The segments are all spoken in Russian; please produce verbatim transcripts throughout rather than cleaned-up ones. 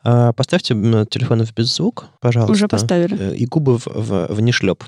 А, поставьте телефон в беззвук, пожалуйста. Уже поставили. И губы в, в, в нешлеп.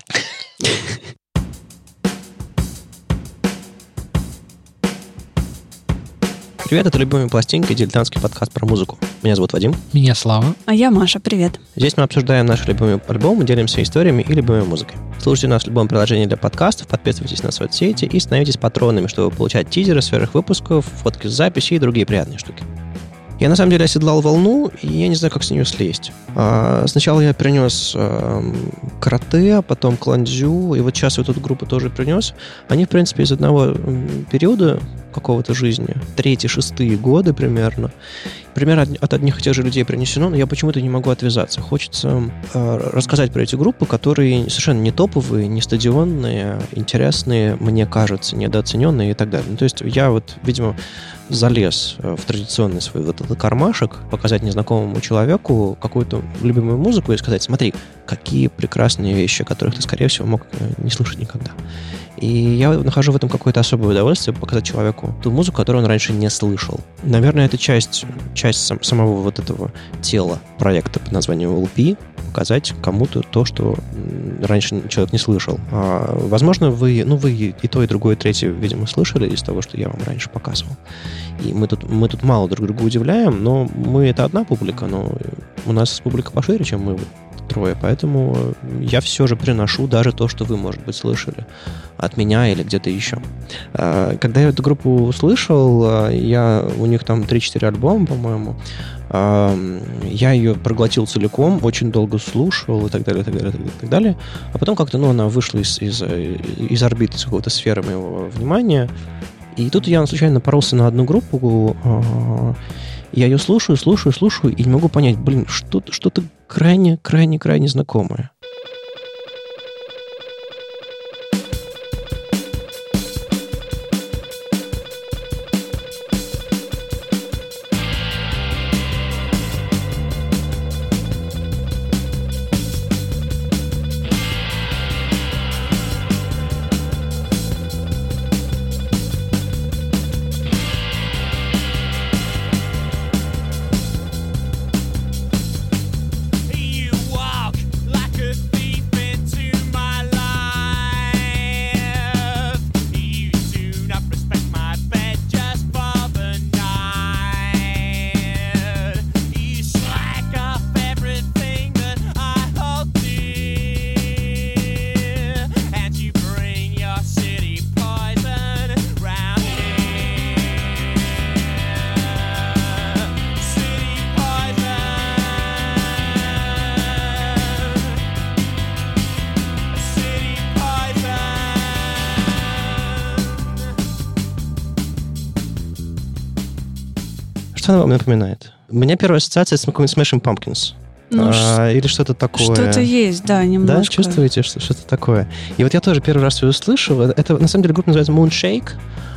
Привет, это «Любимая пластинка», дилетантский подкаст про музыку. Меня зовут Вадим. Меня Слава. А я Маша, привет. Здесь мы обсуждаем наши любимые альбомы, делимся историями и любимой музыкой. Слушайте нас в любом приложении для подкастов, подписывайтесь на соцсети и становитесь патронами, чтобы получать тизеры свежих выпусков, фотки с записи и другие приятные штуки. Я, на самом деле, оседлал волну, и я не знаю, как с нее слезть. А, сначала я принес а, карате, потом кландзю, и вот сейчас вот эту группу тоже принес. Они, в принципе, из одного периода какого-то жизни, третьи, шестые годы примерно, примерно от одних и тех же людей принесено, но я почему-то не могу отвязаться. Хочется э, рассказать про эти группы, которые совершенно не топовые, не стадионные, интересные, мне кажется, недооцененные и так далее. Ну, то есть я вот, видимо, залез в традиционный свой вот этот кармашек, показать незнакомому человеку какую-то любимую музыку и сказать: смотри, какие прекрасные вещи, о которых ты, скорее всего, мог не слышать никогда. И я нахожу в этом какое-то особое удовольствие показать человеку ту музыку, которую он раньше не слышал. Наверное, это часть, часть сам, самого вот этого тела проекта под названием эл пи, показать кому-то то, что раньше человек не слышал. А, возможно, вы, ну, вы и то, и другое, и третье, видимо, слышали из того, что я вам раньше показывал. И мы тут, мы тут мало друг друга удивляем, но мы — это одна публика, но у нас публика пошире, чем мы трое, поэтому я все же приношу даже то, что вы, может быть, слышали от меня или где-то еще. Когда я эту группу услышал, я, у них там три-четыре альбома, по-моему, я ее проглотил целиком, очень долго слушал и так далее, и так далее, и так далее. А потом как-то, ну, она вышла из, из, из орбиты, из какой-то сферы моего внимания. И тут я случайно напоролся на одну группу. Я ее слушаю, слушаю, слушаю, и не могу понять, блин, что-то, что-то крайне, крайне, крайне знакомое. Что она вам напоминает? У меня первая ассоциация с Smashing Pumpkins. Ну, а, или что-то такое. Что-то есть, да, немножко. Да, чувствуете, что, что-то такое? И вот я тоже первый раз ее услышал. Это, на самом деле, группа называется Moonshake.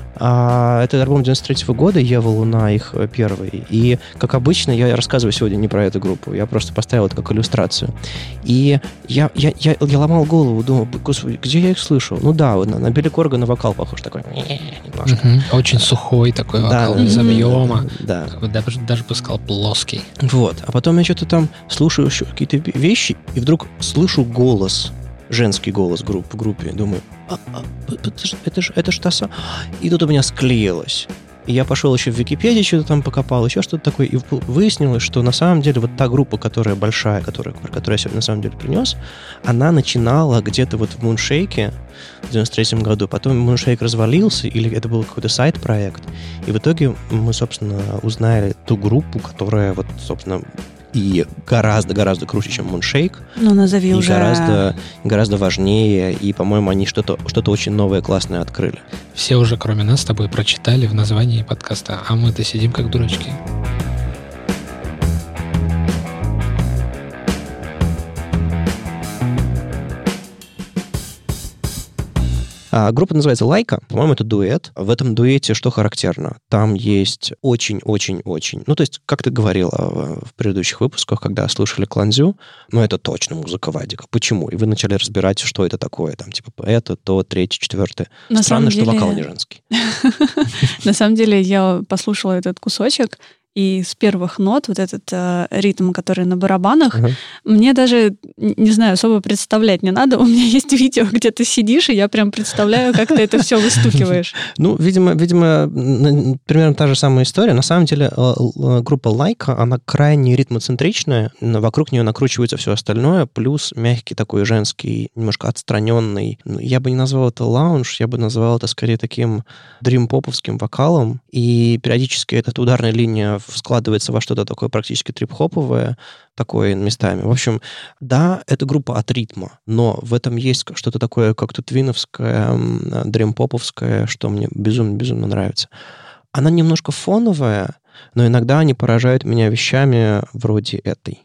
А, это альбом девяносто третьего года, Ева Луна, их первый. И, как обычно, я рассказываю сегодня не про эту группу. Я просто поставил это как иллюстрацию. И я, я, я, я ломал голову, думал, господи, где я их слышал? Ну да, на, на Билли Коргана вокал похож такой. Немножко. Угу. Очень сухой такой вокал, да, без объема. Да. Даже, даже бы сказал, плоский. Вот. А потом я что-то там слушаю еще какие-то вещи, и вдруг слышу голос, женский голос групп, в группе. Думаю, а, а, это же это ж, это ж та самая. И тут у меня склеилось. И я пошел еще в Википедии, что-то там покопал, еще что-то такое. И выяснилось, что на самом деле вот та группа, которая большая, которая, которую я сегодня на самом деле принес, она начинала где-то вот в Moonshake в девяносто третьем году. Потом Moonshake развалился, или это был какой-то сайт-проект. И в итоге мы, собственно, узнали ту группу, которая вот, собственно, и гораздо-гораздо круче, чем Moonshake. Ну, назови и уже. Гораздо, гораздо важнее. И, по-моему, они что-то, что-то очень новое, классное открыли. Все уже, кроме нас, с тобой прочитали в названии подкаста, а мы-то сидим как дурачки. А, группа называется «Лайка». По-моему, это дуэт. В этом дуэте что характерно? Там есть очень-очень-очень... Ну, то есть, как ты говорила в предыдущих выпусках, когда слушали «Кландзю», ну, это точно музыка Вадика. Почему? И вы начали разбирать, что это такое. Там, типа, это, то, третье, четвертое. Странно, что вокал не женский. На самом деле, я послушала этот кусочек, и с первых нот вот этот э, ритм, который на барабанах, Ага. мне даже, н- не знаю, особо представлять не надо. У меня есть видео, где ты сидишь, и я прям представляю, как ты это все выстукиваешь. Ну, видимо, видимо, н- примерно та же самая история. На самом деле, э, л- группа Лайка, она крайне ритмоцентричная, но вокруг нее накручивается все остальное, плюс мягкий такой женский, немножко отстраненный. Ну, я бы не назвал это лаунж, я бы назвал это скорее таким дрим-поповским вокалом, и периодически эта ударная линия складывается во что-то такое практически трип-хоповое, такое местами. В общем, да, это группа от ритма, но в этом есть что-то такое, как-то твиновское, м, дрим-поповское, что мне безумно-безумно нравится. Она немножко фоновая, но иногда они поражают меня вещами вроде этой.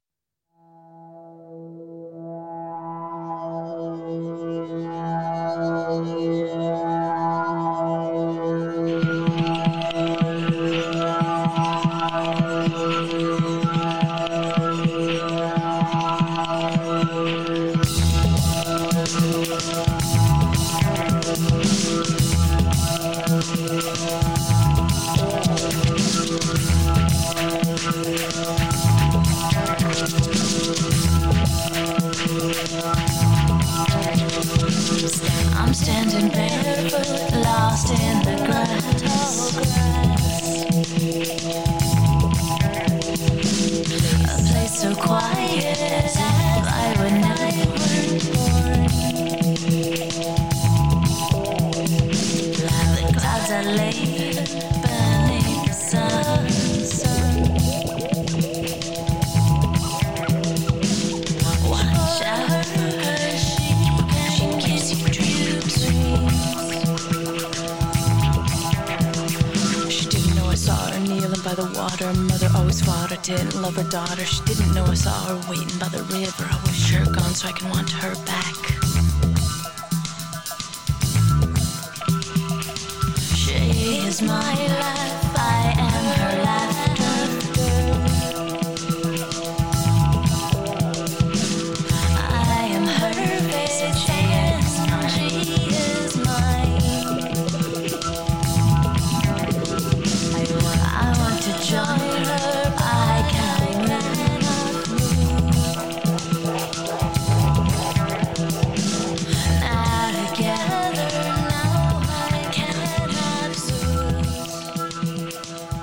I'm standing barefoot, lost in the grass. A place so quiet, I would never born. Like the clouds are laid beneath the sun. Watch out, she, she gives you dreams. She didn't know I saw her kneeling by the water. Her mother always fought her, didn't love her daughter. She didn't know I saw her waiting by the river. I wish her gone so I can want her back. She is my life, I am her laughter. I am her face, she is mine. She is mine. I want to join her, I cannot move. Now together, now I cannot lose.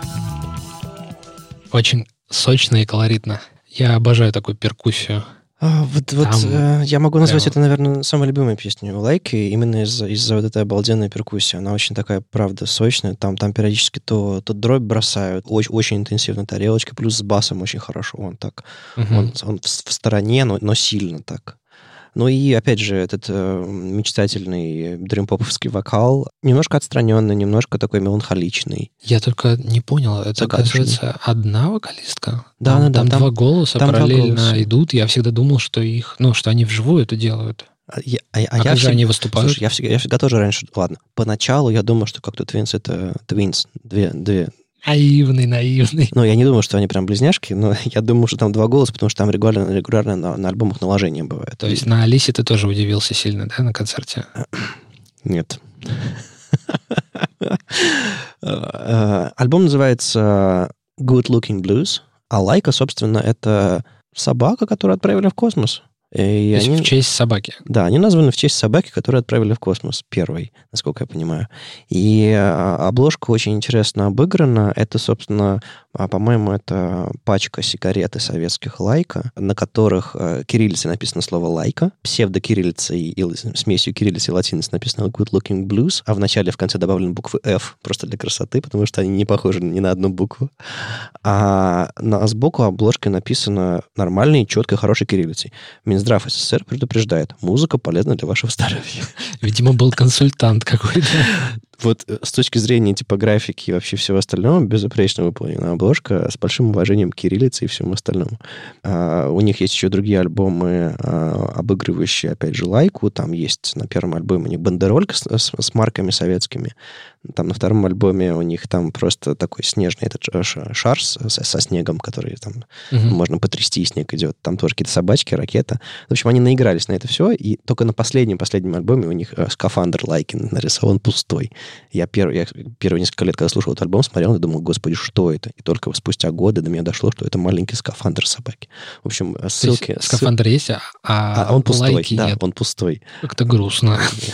Очень сочно и колоритно. Я обожаю такую перкуссию. А, вот вот Там э, я могу назвать прямо- это, наверное, самой любимой песней у Лайки, именно из-за, из-за вот этой обалденной перкуссии. Она очень такая, правда, сочная. Там, там периодически то, то дробь бросают, очень, очень интенсивно тарелочка, плюс с басом очень хорошо. Он так, Мгм. он, он в, в стороне, но, но сильно так. Ну и, опять же, этот э, мечтательный дрим-поповский вокал, немножко отстраненный, немножко такой меланхоличный. Я только не понял, это, Загадочный. оказывается, одна вокалистка? Да, там, да, да, Там, там- два голоса там два параллельно голоса. идут. Я всегда думал, что их, ну, что они вживую это делают. А я, а, а А, я как же всегда- они выступают? Слушай, я всегда, я всегда тоже раньше... Ладно, поначалу я думал, что как-то Twins — это Twins. Две, две. Наивный, наивный. Ну, я не думаю, что они прям близняшки, но я думаю, что там два голоса, потому что там регулярно, регулярно на, на альбомах наложения бывает. То есть на Алисе ты тоже удивился сильно, да, на концерте? Нет. Э, Альбом называется Good Looking Blues, а Лайка, собственно, это собака, которую отправили в космос. И То есть они- в честь собаки. Да, они названы в честь собаки, которую отправили в космос первой, насколько я понимаю. И а, обложка очень интересно обыграна. Это, собственно, а, по-моему, это пачка сигареты советских Лайка, на которых а, кириллицей написано слово Лайка, псевдокириллицей и л- смесью кириллицы и латиницы написано Good Looking Blues, а в начале, в конце добавлены буквы F просто для красоты, потому что они не похожи ни на одну букву. А на, сбоку обложки написано нормальной, четкой, хорошей кириллицей. Минздрав СССР предупреждает, музыка полезна для вашего здоровья. Видимо, был консультант какой-то. Вот э, с точки зрения типографики и вообще всего остального, безупречно выполнена обложка с большим уважением к кириллице и всему остальному. А, у них есть еще другие альбомы, а, обыгрывающие, опять же, Лайку. Там есть на первом альбоме у них бандеролька с, с- с марками советскими. Там на втором альбоме у них там просто такой снежный этот ш- ш- шар с- со, со снегом, который там Мгм. можно потрясти, и снег идет. Там тоже какие-то собачки, ракета. В общем, они наигрались на это все, и только на последнем-последнем альбоме у них э, скафандр Лайки нарисован пустой. Я, перв, я первые несколько лет, когда слушал этот альбом, смотрел и думал, господи, что это? И только спустя годы до меня дошло, что это маленький скафандр собаки. В общем, ссылки... Есть, скафандр ссыл... есть, а, а он пустой. лайки Да, нет. он пустой. Как-то грустно.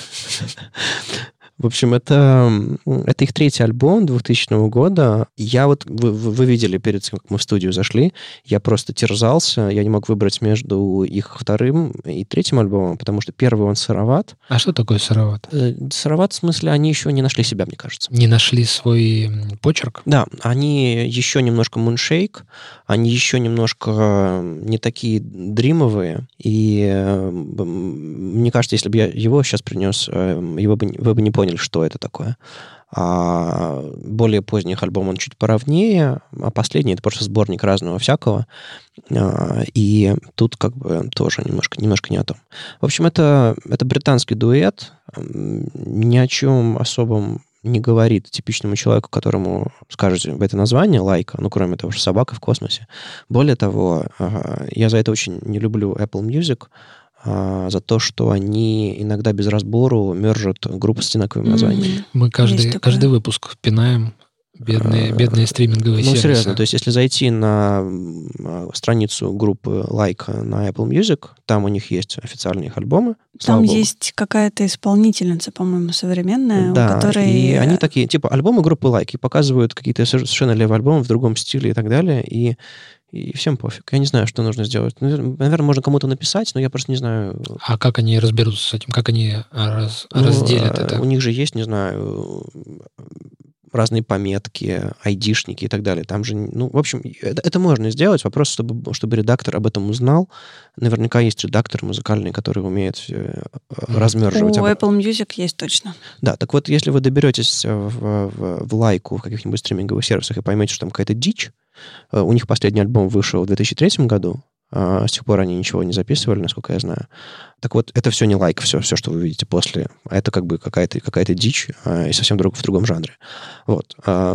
В общем, это, это их третий альбом двухтысячного года. Я вот, вы, вы видели перед тем, как мы в студию зашли, я просто терзался, я не мог выбрать между их вторым и третьим альбомом, потому что первый он сыроват. А что такое сыроват? Сыроват, в смысле, они еще не нашли себя, мне кажется. Не нашли свой почерк? Да, они еще немножко муншейк, они еще немножко не такие дримовые, и мне кажется, если бы я его сейчас принес, его бы, вы бы не поняли, что это такое. А более поздних альбом он чуть поровнее, а последний — это просто сборник разного всякого. И тут как бы тоже немножко, немножко не о том. В общем, это, это британский дуэт, ни о чем особом не говорит типичному человеку, которому скажете это название, лайка, ну, кроме того, что собака в космосе. Более того, я за это очень не люблю Apple Music, за то, что они иногда без разбору мержат группы с одинаковыми названиями. Мы каждый, каждый выпуск пинаем бедные, бедные стриминговые ну, сервисы. Ну, серьезно, то есть если зайти на страницу группы Like на Apple Music, там у них есть официальные их альбомы. Там есть какая-то исполнительница, по-моему, современная, да, у которой... и они такие, типа, альбомы группы Like, и показывают какие-то совершенно левые альбомы в другом стиле и так далее, и И всем пофиг. Я не знаю, что нужно сделать. Наверное, можно кому-то написать, но я просто не знаю. А как они разберутся с этим? Как они раз, ну, разделят это? У них же есть, не знаю, разные пометки, айдишники и так далее. Там же, ну, в общем, это, это можно сделать. Вопрос, чтобы, чтобы редактор об этом узнал. Наверняка есть редактор музыкальный, который умеет mm. размерживать. У Apple Music есть точно. Да, так вот, если вы доберетесь в, в, в лайку в каких-нибудь стриминговых сервисах и поймете, что там какая-то дичь, у них последний альбом вышел в две тысячи третьем году, а с тех пор они ничего не записывали, насколько я знаю. Так вот, это все не лайк, все, все, что вы видите после. А это как бы какая-то, какая-то дичь и совсем друг, в другом жанре. Вот.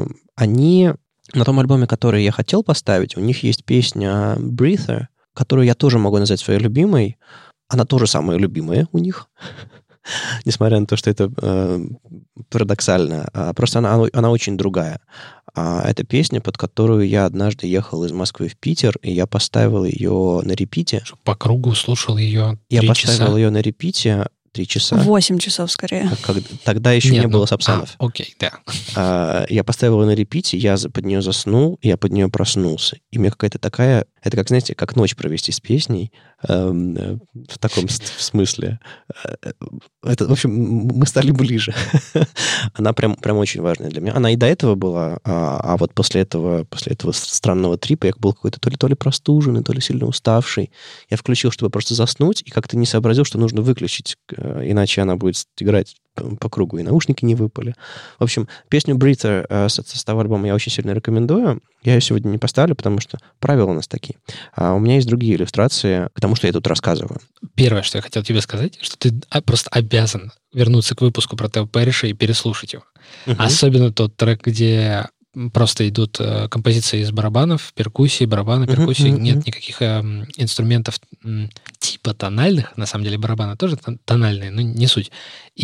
Они на том альбоме, который я хотел поставить, у них есть песня «Breather», которую я тоже могу назвать своей любимой. Она тоже самая любимая у них. Несмотря на то, что это э, парадоксально. А просто она, она, она очень другая. А это песня, под которую я однажды ехал из Москвы в Питер, и я поставил ее на репите. По кругу слушал ее три Я часа. поставил ее на репите три часа. Восемь часов, скорее. Как, тогда еще Нет, не ну, было сапсанов. А, окей, да. А, я поставил ее на репите, я под нее заснул, я под нее проснулся. И мне какая-то такая... Это как, знаете, как ночь провести с песней, эм, в таком в смысле. Это, в общем, мы стали ближе. Она прям, прям очень важная для меня. Она и до этого была, а, а вот после этого, после этого странного трипа я был какой-то то ли, то ли простуженный, то ли сильно уставший. Я включил, чтобы просто заснуть, и как-то не сообразил, что нужно выключить, иначе она будет играть по кругу, и наушники не выпали. В общем, песню «Breather» с состава альбома я очень сильно рекомендую. Я ее сегодня не поставлю, потому что правила у нас такие. А у меня есть другие иллюстрации к тому, что я тут рассказываю. Первое, что я хотел тебе сказать, что ты просто обязан вернуться к выпуску про Тео Пэриша и переслушать его. Угу. Особенно тот трек, где просто идут э, композиции из барабанов, перкуссии, барабаны, перкуссии. Uh-huh, uh-huh. Нет никаких э, инструментов э, типа тональных. На самом деле барабаны тоже тональные, но не суть.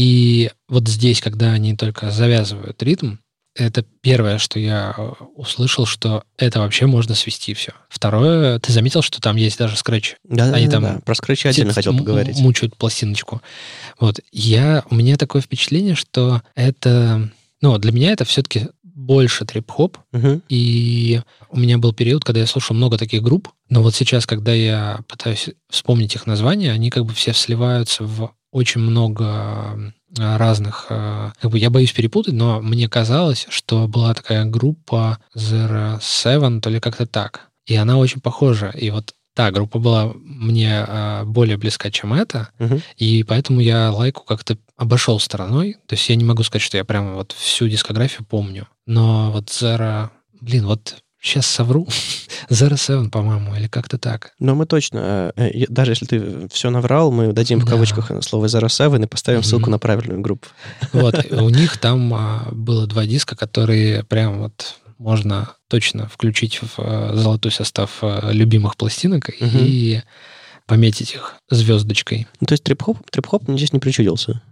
И вот здесь, когда они только завязывают ритм, это первое, что я услышал, что это вообще можно свести все. Второе, ты заметил, что там есть даже скретч? Да, они да, там да. Про скретч отдельно хотел поговорить. Мучают пластиночку. Вот. Я, у меня такое впечатление, что это... Ну, для меня это все-таки больше трип-хоп, uh-huh. и у меня был период, когда я слушал много таких групп, но вот сейчас, когда я пытаюсь вспомнить их названия, они как бы все сливаются в очень много разных... Как бы я боюсь перепутать, но мне казалось, что была такая группа Zero Seven, то ли как-то так, и она очень похожа, и вот та группа была мне э, более близка, чем эта, uh-huh. и поэтому я лайку как-то обошел стороной. То есть я не могу сказать, что я прямо вот всю дискографию помню. Но вот Zero... Блин, вот сейчас совру. Zero Seven, по-моему, или как-то так. Но мы точно... Э, даже если ты все наврал, мы дадим в да. кавычках слово Zero Seven и поставим uh-huh. ссылку на правильную группу. Вот. У них там а, было два диска, которые прям вот... можно точно включить в э, золотой состав э, любимых пластинок uh-huh. и пометить их звездочкой. Ну, то есть трип-хоп, трип-хоп мне здесь не причудился?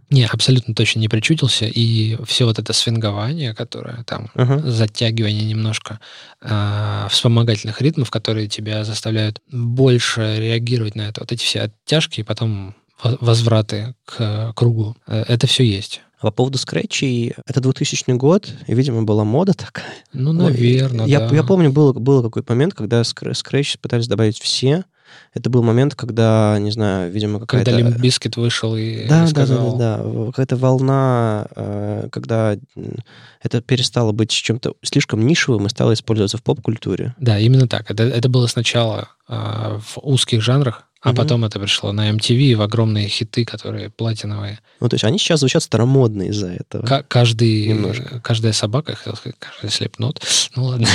Не, абсолютно точно не причудился. И все вот это свингование, которое там, Uh-huh. затягивание немножко э, вспомогательных ритмов, которые тебя заставляют больше реагировать на это. Вот эти все оттяжки и потом возвраты к кругу. Это все есть. По поводу скретчей, это двухтысячный год, и, видимо, была мода такая. Ну, наверное, я, да. Я помню, был, был какой-то момент, когда скретч пытались добавить все. Это был момент, когда, не знаю, видимо, какая-то... Когда Limp Bizkit вышел и, да, и сказал... Да, да, да, да. Какая-то волна, когда это перестало быть чем-то слишком нишевым и стало использоваться в поп-культуре. Да, именно так. Это, это было сначала э, в узких жанрах, а угу. потом это пришло на эм ти ви в огромные хиты, которые платиновые. Ну, то есть они сейчас звучат старомодно из-за этого. К- каждый, Немножко. Каждая собака, хотел сказать, каждый слепнот. Ну, ладно.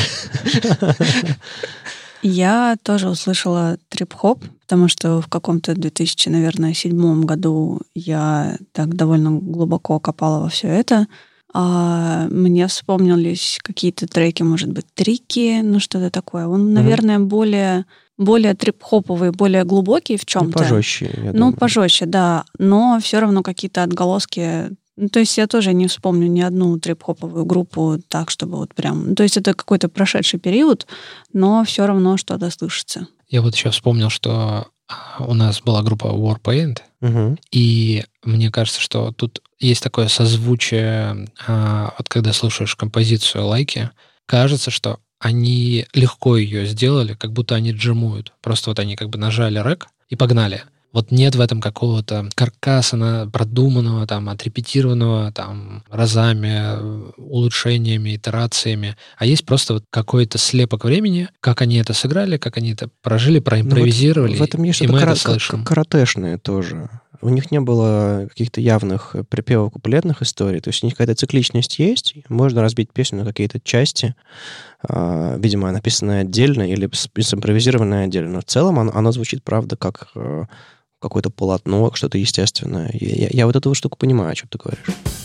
Я тоже услышала трип-хоп, потому что в каком-то две тысячи, наверное, седьмом году я так довольно глубоко копала во все это. А мне вспомнились какие-то треки, может быть, трики, ну что-то такое. Он, наверное, mm-hmm. более, более трип-хоповый, более глубокий в чем-то. Ну, пожестче, я Ну, думаю. пожестче, да. Но все равно какие-то отголоски. Ну, то есть я тоже не вспомню ни одну трип-хоповую группу так, чтобы вот прям... То есть это какой-то прошедший период, но все равно что-то слышится. Я вот еще вспомнил, что у нас была группа Warpaint, угу. и мне кажется, что тут есть такое созвучие, вот когда слушаешь композицию «Лайки», кажется, что они легко ее сделали, как будто они джемуют. Просто вот они как бы нажали рэк и погнали. Вот нет в этом какого-то каркаса продуманного, там, отрепетированного там, разами, улучшениями, итерациями. А есть просто вот какой-то слепок времени, как они это сыграли, как они это прожили, проимпровизировали. Ну, вот в этом есть и что-то мы кара- это слышим. каратешное тоже. У них не было каких-то явных припевов куплетных историй. То есть у них какая-то цикличность есть. Можно разбить песню на какие-то части. Видимо, написанная отдельно или симпровизированная отдельно. Но в целом оно, оно звучит, правда, как какое-то полотно, что-то естественное. Я, я вот эту штуку понимаю, о чем ты говоришь.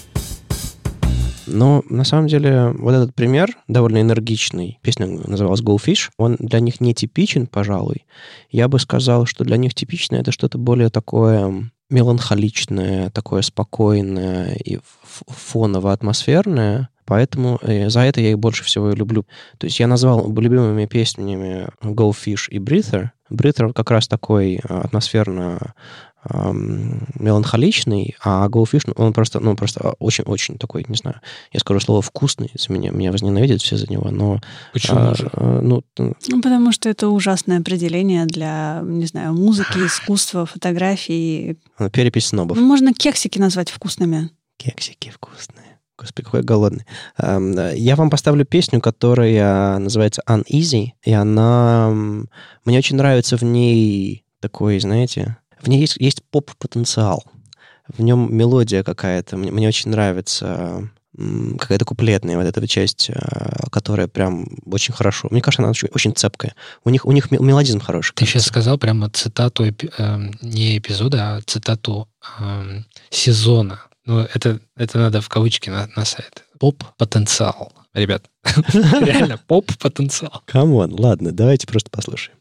Но на самом деле вот этот пример довольно энергичный. Песня называлась Go Fish. Он для них не типичен, пожалуй. Я бы сказал, что для них типичное это что-то более такое меланхоличное, такое спокойное и фоново-атмосферное. Поэтому за это я их больше всего и люблю. То есть я назвал любимыми песнями Go Fish и Breather. Breather как раз такой атмосферно эм, меланхоличный, а Go Fish, он просто, ну, просто очень-очень такой, не знаю, я скажу слово «вкусный», меня, меня возненавидят все за него, но... Почему а, же? А, ну, ну, потому что это ужасное определение для, не знаю, музыки, искусства, фотографии. Перепись снобов. Можно кексики назвать вкусными. Кексики вкусные. Господи, какой я голодный. Я вам поставлю песню, которая называется Uneasy, и она... Мне очень нравится в ней такой, знаете... В ней есть, есть поп-потенциал. В нем мелодия какая-то. Мне, мне очень нравится какая-то куплетная вот эта часть, которая прям очень хорошо... Мне кажется, она очень, очень цепкая. У них, у них мелодизм хороший. Ты сейчас сказал прямо цитату, э, не эпизода, а цитату э, сезона. Ну, это, это надо в кавычки на, на сайт. Поп-потенциал. Ребят, реально поп-потенциал. Камон, ладно, давайте просто послушаем.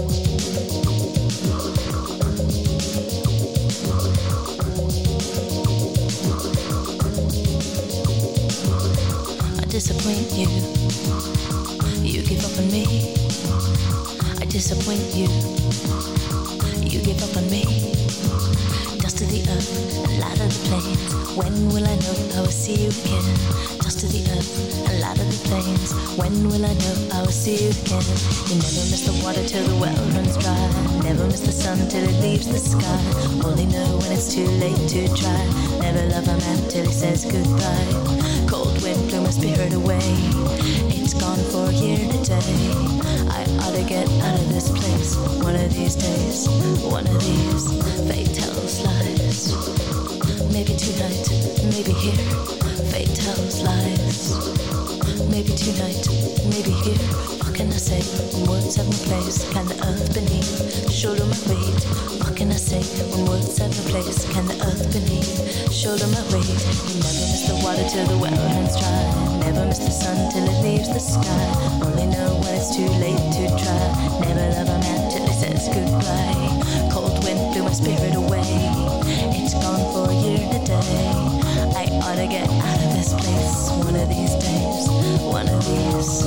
I disappoint you. You give up on me. I disappoint you. You give up on me. Dust to the earth and light of the plains. When will I know I will see you again? Dust to the earth and light of the plains. When will I know I will see you again? You never miss the water till the well runs dry. Never miss the sun till it leaves the sky. Only know when it's too late to try. Never love a man till he says goodbye. Cold wind blew my spirit away. It's gone for a year today. I ought to get out of this place one of these days. One of these fate tells lies. Maybe tonight, maybe here. Fate tells lies. Maybe tonight, maybe here. What can I say when words have no place? Can the earth beneath shoulder my weight? What can I say when words have no place? Can the earth beneath shoulder my weight? You never miss the water till the well runs dry. Never miss the sun till it leaves the sky. Only know when it's too late to try. Never love a man till he says goodbye. Cold wind blew my spirit away. It's gone for a year today. gotta get out of this place one of these days, one of these.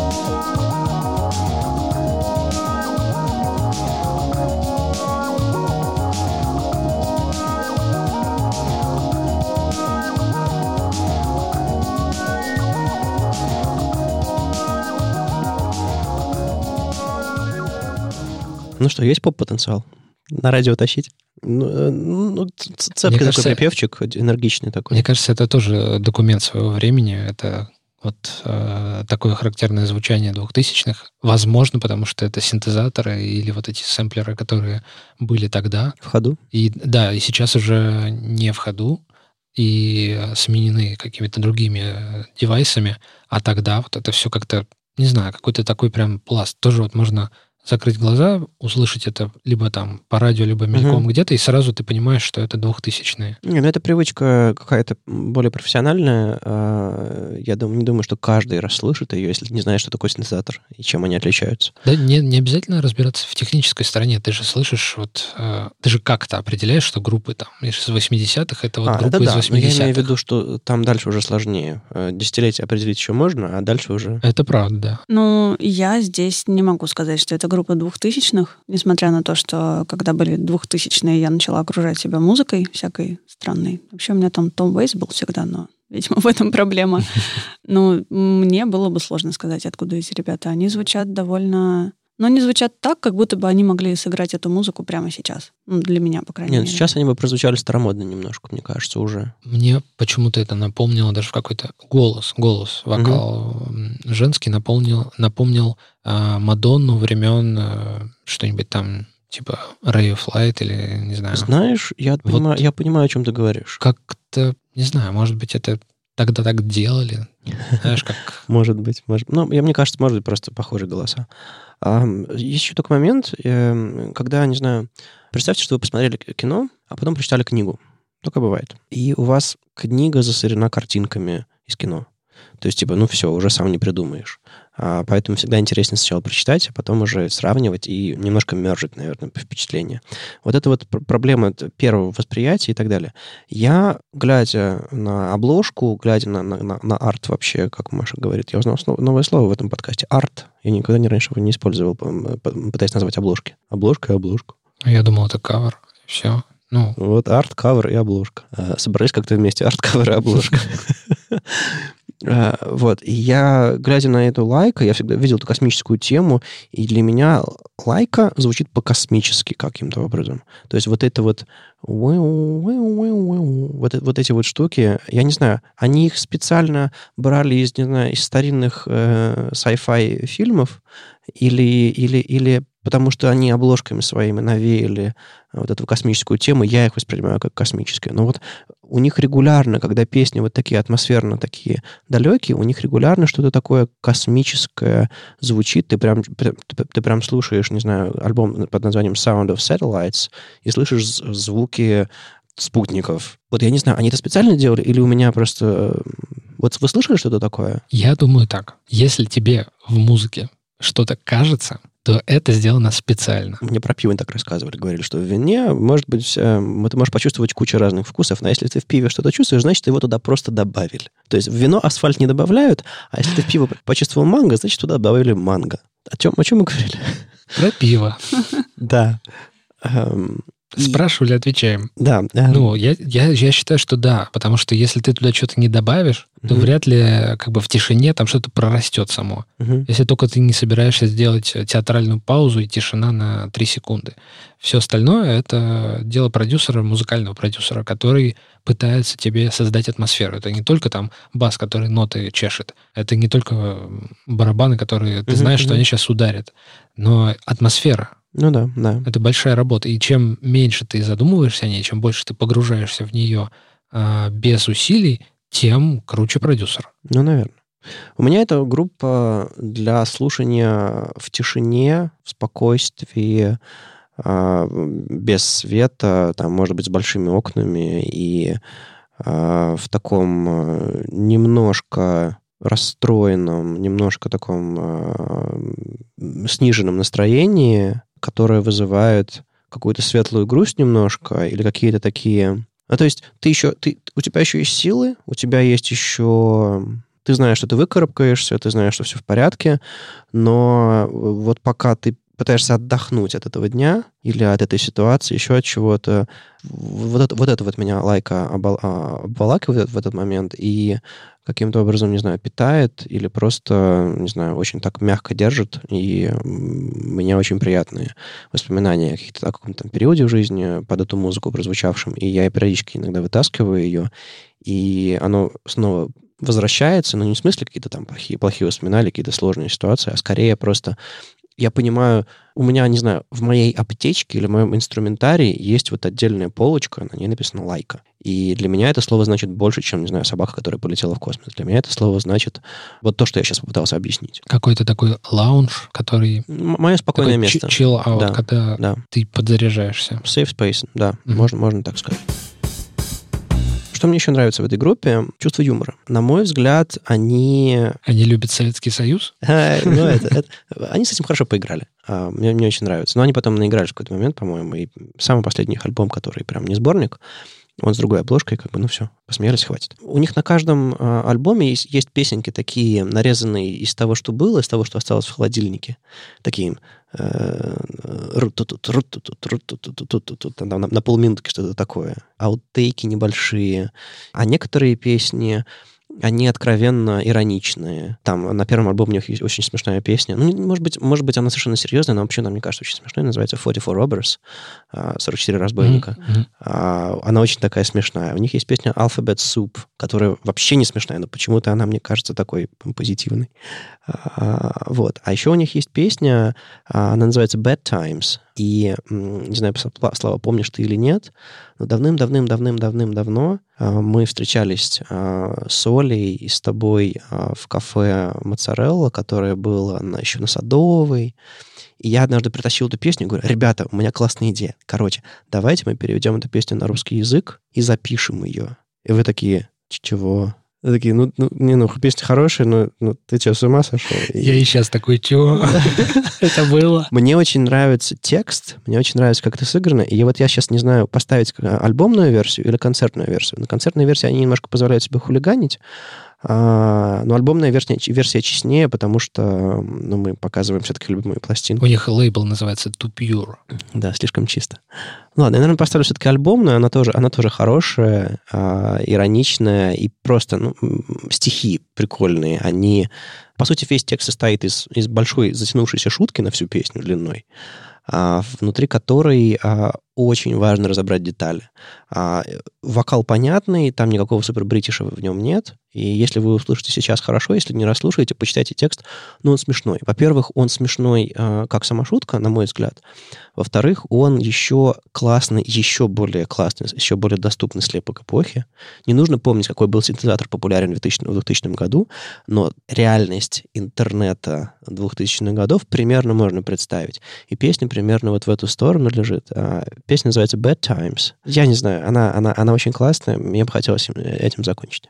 Ну что, есть поп-потенциал? На радио тащить? Ну, ну цепкий такой припевчик, энергичный такой. Мне кажется, это тоже документ своего времени. Это вот э, такое характерное звучание двухтысячных. Возможно, потому что это синтезаторы или вот эти сэмплеры, которые были тогда. В ходу? И, да, и сейчас уже не в ходу, и сменены какими-то другими девайсами. А тогда вот это все как-то, не знаю, какой-то такой прям пласт. Тоже вот можно закрыть глаза, услышать это либо там по радио, либо мельком угу. где-то, и сразу ты понимаешь, что это двухтысячные. Не, ну это привычка какая-то более профессиональная. Я думаю, не думаю, что каждый расслышит ее, если не знаешь, что такое синтезатор и чем они отличаются. Да, не, не обязательно разбираться в технической стороне. Ты же слышишь, вот ты же как-то определяешь, что группы там из восьмидесятых это вот а, группы это из да, восьмидесятых. Но я имею в виду, что там дальше уже сложнее. Десятилетие определить еще можно, а дальше уже... Это правда, да. Ну, я здесь не могу сказать, что это группа двухтысячных, несмотря на то, что когда были двухтысячные, я начала окружать себя музыкой всякой странной. Вообще у меня там Том Вейс был всегда, но, видимо, в этом проблема. Ну, мне было бы сложно сказать, откуда эти ребята. Они звучат довольно... Но они звучат так, как будто бы они могли сыграть эту музыку прямо сейчас. Ну, для меня, по крайней Нет, мере. Сейчас они бы прозвучали старомодно немножко, мне кажется, уже. Мне почему-то это напомнило даже в какой-то... Голос, голос, вокал угу. женский напомнил, напомнил э, Мадонну времен э, что-нибудь там, типа Ray of Light или, не знаю. Знаешь, я, вот понимаю, я понимаю, о чем ты говоришь. Как-то, не знаю, может быть, это... Тогда так делали. Знаешь, как... Может быть. Может... Ну, мне кажется, может быть, просто похожие голоса. А, есть еще такой момент, когда, не знаю, представьте, что вы посмотрели кино, а потом прочитали книгу. Такое бывает. И у вас книга засорена картинками из кино. То есть, типа, ну все, уже сам не придумаешь. А, поэтому всегда интересно сначала прочитать, а потом уже сравнивать и немножко мержить, наверное, впечатление. Вот это вот проблема первого восприятия и так далее. Я, глядя на обложку, глядя на, на, на арт вообще, как Маша говорит, я узнал новое слово в этом подкасте. Арт. Я никогда не раньше его не использовал, пытаясь назвать обложки. Обложка и обложку. Я думал, это кавер. Все. Ну. Вот арт, кавер и обложка. Собрались как-то вместе арт, кавер и обложка. Вот, и я, глядя на эту лайка, я всегда видел эту космическую тему, и для меня лайка звучит по-космически каким-то образом. То есть вот это вот вот, вот эти вот штуки, я не знаю, они их специально брали из, не знаю, из старинных э, sci-fi фильмов, или, или, или потому что они обложками своими навеяли вот эту космическую тему, я их воспринимаю как космические. Но вот у них регулярно, когда песни вот такие атмосферно, такие далекие, у них регулярно что-то такое космическое звучит. Ты прям, ты, ты прям слушаешь, не знаю, альбом под названием Sound of Satellites и слышишь звуки спутников. Вот я не знаю, они это специально делали или у меня просто... Вот вы слышали что-то такое? Я думаю так. Если тебе в музыке что-то кажется, то это сделано специально. Мне про пиво так рассказывали. Говорили, что в вине, может быть, э, ты можешь почувствовать кучу разных вкусов, но если ты в пиве что-то чувствуешь, значит, его туда просто добавили. То есть в вино асфальт не добавляют, а если ты в пиво почувствовал манго, значит, туда добавили манго. О чем, о чем мы говорили? Про пиво. Да. Спрашивали, отвечаем. Да. Ну, я, я, я считаю, что да, потому что если ты туда что-то не добавишь, то mm-hmm. вряд ли как бы в тишине там что-то прорастет само. Mm-hmm. Если только ты не собираешься сделать театральную паузу и тишина на три секунды. Все остальное — это дело продюсера, музыкального продюсера, который пытается тебе создать атмосферу. Это не только там бас, который ноты чешет, это не только барабаны, которые ты mm-hmm. знаешь, что они сейчас ударят, но атмосфера. Ну да, да. Это большая работа. И чем меньше ты задумываешься о ней, чем больше ты погружаешься в нее э, без усилий, тем круче продюсер. Ну, наверное. У меня это группа для слушания в тишине, в спокойствии, э, без света, там, может быть, с большими окнами и э, в таком э, немножко расстроенном, немножко таком э, сниженном настроении, которое вызывает какую-то светлую грусть немножко или какие-то такие А то есть ты еще, ты, у тебя еще есть силы, у тебя есть еще... Ты знаешь, что ты выкарабкаешься, ты знаешь, что все в порядке, но вот пока ты пытаешься отдохнуть от этого дня или от этой ситуации, еще от чего-то, вот это вот, это вот меня лайка обволакивает в этот момент и каким-то образом, не знаю, питает или просто, не знаю, очень так мягко держит, и у меня очень приятные воспоминания о каких-то каком-то периоде в жизни под эту музыку прозвучавшем, и я периодически иногда вытаскиваю ее, и оно снова возвращается, но не в смысле какие-то там плохие, плохие воспоминания, какие-то сложные ситуации, а скорее просто я понимаю, у меня, не знаю, в моей аптечке или в моем инструментарии есть вот отдельная полочка, на ней написано «лайка». И для меня это слово значит больше, чем, не знаю, собака, которая полетела в космос. Для меня это слово значит вот то, что я сейчас попытался объяснить. Какой-то такой лаунж, который... М- мое спокойное место. Chill-out, да, когда да. ты подзаряжаешься. Safe space, да, Mm-hmm. можно, можно так сказать. Что мне еще нравится в этой группе? Чувство юмора. На мой взгляд, они... Они любят Советский Союз? Ну, это, это... Они с этим хорошо поиграли. Мне, мне очень нравится. Но они потом наиграли в какой-то момент, по-моему, и самый последний их альбом, который прям не сборник, он с другой обложкой, как бы, ну все, посмеялись, хватит. У них на каждом э, альбоме есть, есть песенки такие, нарезанные из того, что было, из того, что осталось в холодильнике. Такие э, на, на полминутки что-то такое. Аутейки небольшие. А некоторые песни... Они откровенно ироничные. Там на первом альбоме у них есть очень смешная песня. Ну, может быть, может быть, она совершенно серьезная, но вообще, она, мне кажется, очень смешная. Называется форти фор Robbers, сорок четыре разбойника. Mm-hmm. Она очень такая смешная. У них есть песня Alphabet Soup, которая вообще не смешная, но почему-то она, мне кажется, такой позитивной. Вот. А еще у них есть песня, она называется Bad Times. И, не знаю, Слава, помнишь ты или нет, но давным-давным-давным-давным-давно мы встречались с Олей и с тобой в кафе «Моцарелла», которое было на, еще на Садовой. И я однажды притащил эту песню и говорю: ребята, у меня классная идея. Короче, давайте мы переведем эту песню на русский язык и запишем ее. И вы такие: чего? Такие, ну, ну, не, ну, песня хорошая, но ну, ты что, с ума сошел? Я и сейчас такой: чего? Это было? Мне очень нравится текст, мне очень нравится, как это сыграно, и вот я сейчас не знаю, поставить альбомную версию или концертную версию. На концертной версии они немножко позволяют себе хулиганить, но альбомная версия, версия честнее, потому что ну, мы показываем все-таки любимую пластинку. У них лейбл называется Too Pure. Да, слишком чисто. Ну ладно, я, наверное, поставлю все-таки альбомную, она тоже, она тоже хорошая, а, ироничная, и просто ну, стихи прикольные. Они... По сути, весь текст состоит из, из большой затянувшейся шутки на всю песню длиной, а, внутри которой а, очень важно разобрать детали. А, вокал понятный, там никакого супер-бритиша в нем нет. И если вы услышите сейчас хорошо, если не расслушаете, почитайте текст, ну, он смешной. Во-первых, он смешной а, как сама шутка, на мой взгляд. Во-вторых, он еще классный, еще более классный, еще более доступный слепок эпохи. Не нужно помнить, какой был синтезатор популярен в двухтысячном году, но реальность интернета двухтысячных годов примерно можно представить. И песня примерно вот в эту сторону лежит. А, песня называется Bad Times. Я не знаю, она, она, она очень классная, мне бы хотелось этим закончить.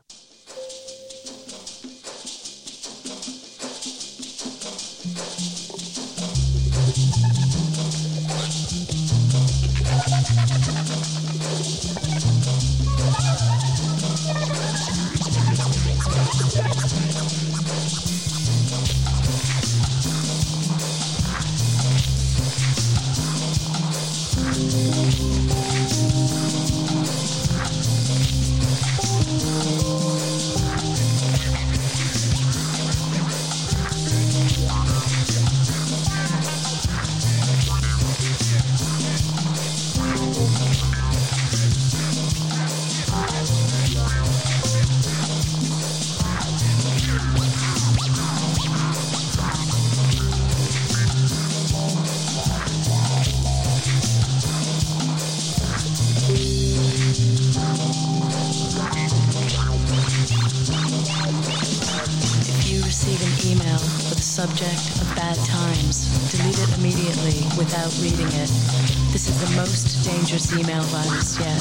Subject of bad times. Delete it immediately without reading it. This is the most dangerous email virus yet.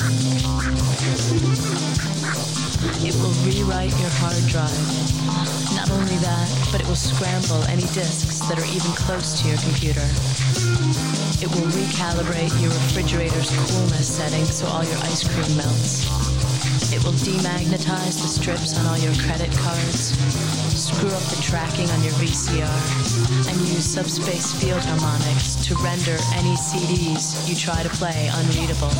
It will rewrite your hard drive. Not only that, but it will scramble any disks that are even close to your computer. It will recalibrate your refrigerator's coolness setting so all your ice cream melts. It will demagnetize the strips on all your credit cards, screw up the tracking on your V C R, and use subspace field harmonics to render any C Ds you try to play unreadable.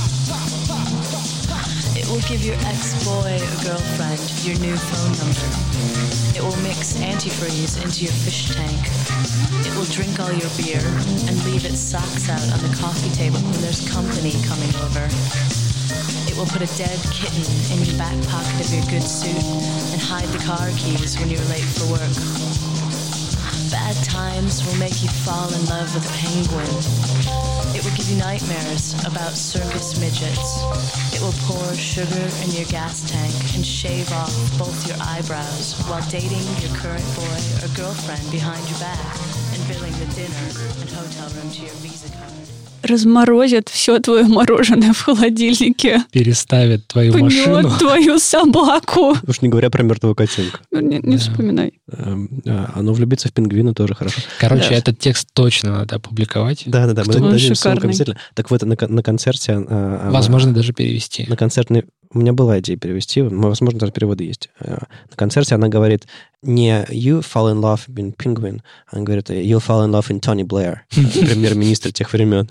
It will give your ex-boy or girlfriend your new phone number. It will mix antifreeze into your fish tank. It will drink all your beer and leave its socks out on the coffee table when there's company coming over. It will put a dead kitten in your back pocket of your good suit and hide the car keys when you're late for work. Bad times will make you fall in love with a penguin. It will give you nightmares about circus midgets. It will pour sugar in your gas tank and shave off both your eyebrows while dating your current boy or girlfriend behind your back and billing the dinner and hotel room to your Visa card. Разморозит все твое мороженое в холодильнике. Переставит твою Пнет машину. твою собаку. Уж не говоря про мертвого котенка. Не, не Да. вспоминай. Оно влюбиться в пингвина тоже хорошо. Короче, Да. этот текст точно надо опубликовать. Да-да-да, мы Он дадим ссылку шикарный. обязательно. Так вот, на, кон- на концерте... а, а, Возможно, даже перевести. На концертной... У меня была идея перевести, но, возможно, даже переводы есть. Э, На концерте она говорит не «you fall in love in penguin», она говорит «you fall in love in Tony Blair», премьер-министр тех времен.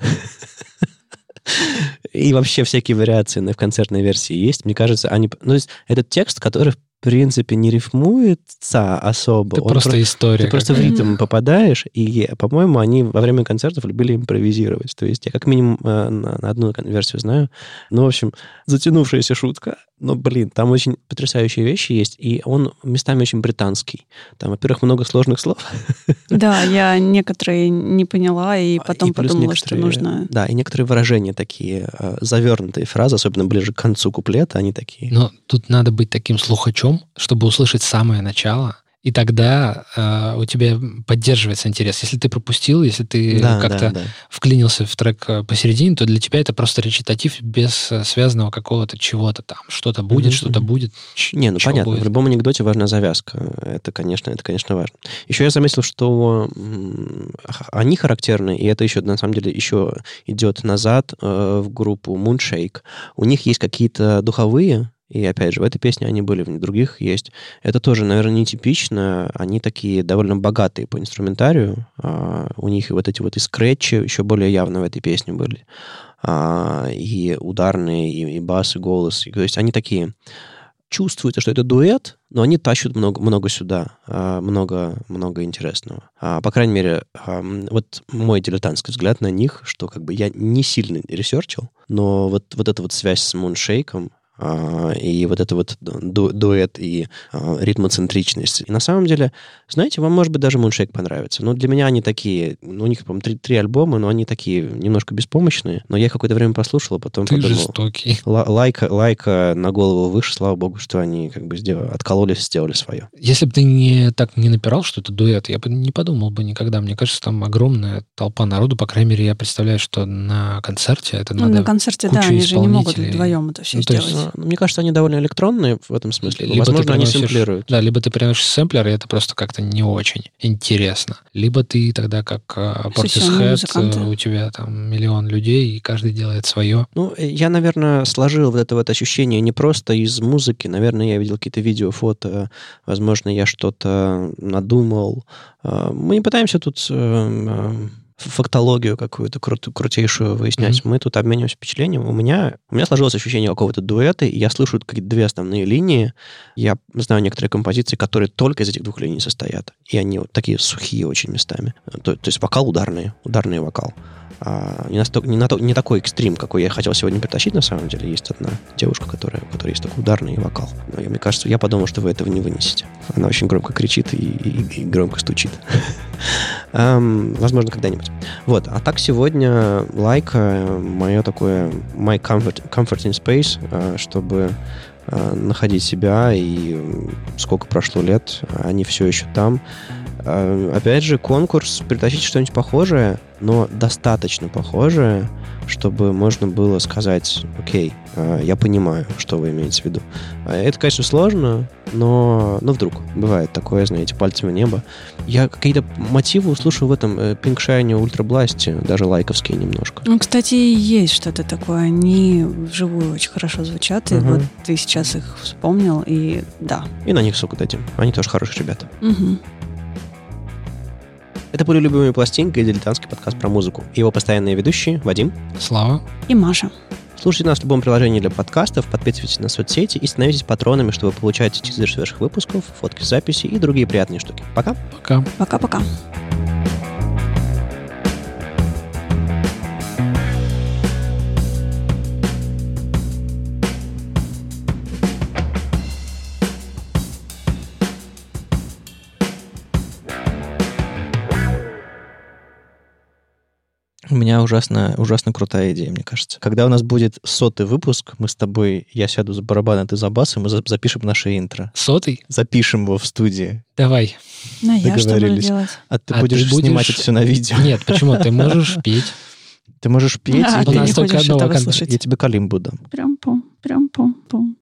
И вообще всякие вариации на- в концертной версии есть. Мне кажется, они... Ну, то есть этот текст, который, в принципе, не рифмуется особо. Это он просто про- история. Ты просто в какая-то. ритм попадаешь, и, по-моему, они во время концертов любили импровизировать. То есть я как минимум э, на, на одну кон- версию знаю. Ну, в общем, затянувшаяся шутка. Но, блин, там очень потрясающие вещи есть, и он местами очень британский. Там, во-первых, много сложных слов. Да, я некоторые не поняла, и потом И плюс подумала, что некоторые- нужно... Да, и некоторые выражения такие, э, завернутые фразы, особенно ближе к концу куплета, они такие. Но тут надо быть таким слухачом, чтобы услышать самое начало, и тогда э, у тебя поддерживается интерес. Если ты пропустил, если ты Да, как-то да, да. вклинился в трек э, посередине, то для тебя это просто речитатив без э, связанного какого-то чего-то там. Что-то будет, Мгм, что-то мгм. будет. ч- Не, ну чего понятно, будет. в любом анекдоте важна завязка. Это, конечно, это, конечно, важно. Еще я заметил, что м, х- они характерны, и это еще, на самом деле, еще идет назад э, в группу Moonshake. У них есть какие-то духовые, и, опять же, в этой песне они были, в других есть. Это тоже, наверное, нетипично. Они такие довольно богатые по инструментарию. А, у них и вот эти вот и скретчи еще более явно в этой песне были. А, и ударные, и, и бас, и голос. И, то есть они такие... Чувствуется, что это дуэт, но они тащат много, много сюда, а, много, много интересного. А, по крайней мере, а, вот мой дилетантский взгляд на них, что как бы я не сильно ресерчил, но вот, вот эта вот связь с Moonshake, а, и вот это вот ду- дуэт и а, ритмоцентричность. И на самом деле, знаете, вам, может быть, даже Moonshake понравится. Но для меня они такие, ну, у них, по-моему, три, три альбома, но они такие немножко беспомощные. Но я их какое-то время послушал, а потом Ты подумал... жестокий. Ла- Лайка, лайка на голову выше, слава богу, что они как бы сделали, откололись и сделали свое. Если бы ты не так не напирал, что это дуэт, я бы не подумал бы никогда. Мне кажется, там огромная толпа народу. По крайней мере, я представляю, что на концерте это Ну, надо... на концерте, да, кучу они же не могут исполнителей. вдвоем это все Ну, то есть, сделать. Ну, мне кажется, они довольно электронные в этом смысле. Либо Возможно, ты они приносишь- сэмплируют. Да, либо ты приносишь сэмплер, и это просто как-то не очень интересно. Либо ты тогда, как uh, Сессионные Portishead, музыканты. э, у тебя там миллион людей, и каждый делает свое. Ну, я, наверное, сложил вот это вот ощущение не просто из музыки. Наверное, я видел какие-то видео, фото. Возможно, я что-то надумал. А, Мы не пытаемся тут э, э, фактологию какую-то крут- крутейшую выяснять. Мгм. Мы тут обмениваемся впечатлением. У меня, у меня сложилось ощущение какого-то дуэта, и я слышу какие-то две основные линии. Я знаю некоторые композиции, которые только из этих двух линий состоят. И они вот такие сухие очень местами. То, то есть вокал ударный, ударный вокал. А, не, настолько, не, на то- не такой экстрим, какой я хотел сегодня притащить, на самом деле. Есть одна девушка, которая, у которой есть такой ударный вокал. Но я- мне кажется, я подумал, что вы этого не вынесете. Она очень громко кричит и, и- и громко стучит. Ам, Возможно, когда-нибудь. Вот. А так сегодня лайка, мое такое my comfort, comforting space, а, чтобы а, находить себя, и м, сколько прошло лет, они все еще там. А, Опять же, конкурс, притащите что-нибудь похожее. но достаточно похожее, чтобы можно было сказать, окей, я понимаю, что вы имеете в виду. Это, конечно, сложно, но, но вдруг бывает такое, знаете, пальцем в небо. Я какие-то мотивы услышал в этом Pink Shiny Ultra Blast, даже лайковские немножко. Ну, кстати, есть что-то такое. Они вживую очень хорошо звучат, и Угу. вот ты сейчас их вспомнил, и да. И на них ссылку дадим. Они тоже хорошие ребята. Угу. Это были «Любимые пластинки» и дилетантский подкаст про музыку. И его постоянные ведущие Вадим, Слава. И Маша. слушайте нас в любом приложении для подкастов, подписывайтесь на соцсети и становитесь патронами, чтобы получать тизер свежих выпусков, фотки с записи и другие приятные штуки. Пока! Пока. Пока-пока. У меня ужасно, ужасно крутая идея, мне кажется. Когда у нас будет сотый выпуск, мы с тобой, я сяду за барабан, а ты за бас, и мы за- запишем наше интро. Сотый? Запишем его в студии. Давай. Ну, я что буду Договорились. делать? А ты А будешь ты будешь- снимать это все на видео. Нет, почему? Ты можешь петь. Ты можешь петь, А, и У ты нас не только хочешь одного этого конца. слышать. я тебе калимбу дам. Прям-пум, прям-пум-пум.